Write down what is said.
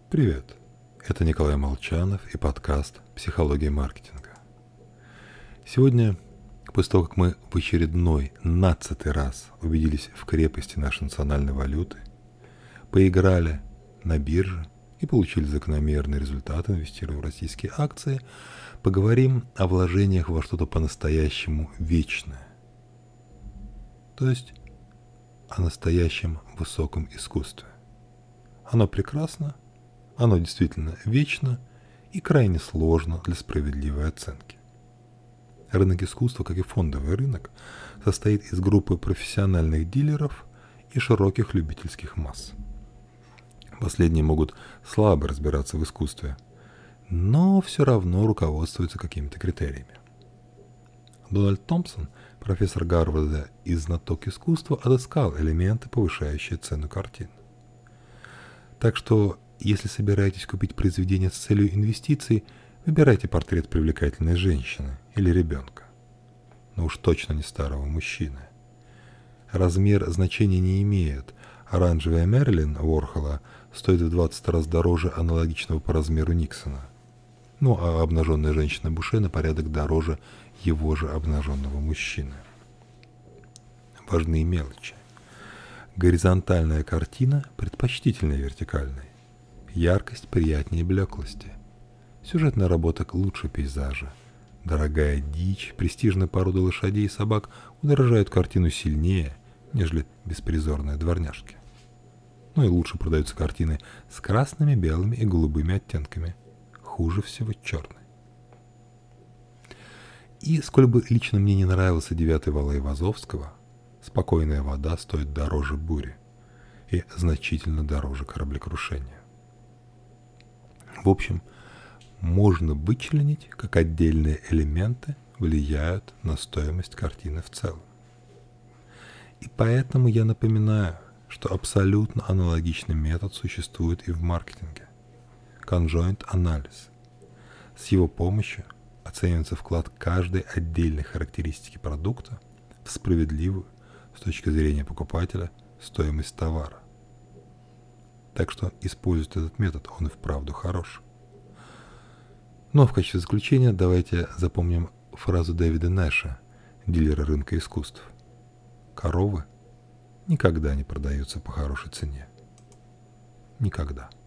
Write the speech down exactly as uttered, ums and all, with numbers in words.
Привет, это Николай Молчанов и подкаст «Психология маркетинга». Сегодня, после того, как мы в очередной, нацатый раз убедились в крепости нашей национальной валюты, поиграли на бирже и получили закономерные результаты, инвестируя в российские акции, поговорим о вложениях во что-то по-настоящему вечное. То есть о настоящем высоком искусстве. Оно прекрасно, оно действительно вечно и крайне сложно для справедливой оценки. Рынок искусства, как и фондовый рынок, состоит из группы профессиональных дилеров и широких любительских масс. Последние могут слабо разбираться в искусстве, но все равно руководствуются какими-то критериями. Дональд Томпсон, профессор Гарварда и знаток искусства, отыскал элементы, повышающие цену картин. Так что, если собираетесь купить произведение с целью инвестиций, выбирайте портрет привлекательной женщины или ребенка. Но уж точно не старого мужчины. Размер значения не имеет. Оранжевая Мэрилин Уорхола стоит в двадцать раз дороже аналогичного по размеру Никсона. Ну а обнаженная женщина Буше на порядок дороже его же обнаженного мужчины. Важные мелочи. Горизонтальная картина предпочтительнее вертикальной. Яркость приятнее блеклости. Сюжетная работа лучше пейзажа. Дорогая дичь, престижная порода лошадей и собак удорожают картину сильнее, нежели беспризорные дворняжки. Ну и лучше продаются картины с красными, белыми и голубыми оттенками. Хуже всего черный. И сколь бы лично мне не нравился девятый вал Айвазовского, спокойная вода стоит дороже бури и значительно дороже кораблекрушения. В общем, можно вычленить, как отдельные элементы влияют на стоимость картины в целом. И поэтому я напоминаю, что абсолютно аналогичный метод существует и в маркетинге. Conjoint анализ. С его помощью оценивается вклад каждой отдельной характеристики продукта в справедливую, с точки зрения покупателя, стоимость товара. Так что используйте этот метод, он и вправду хорош. Но в качестве заключения давайте запомним фразу Дэвида Нэша, дилера рынка искусств. Коровы никогда не продаются по хорошей цене. Никогда.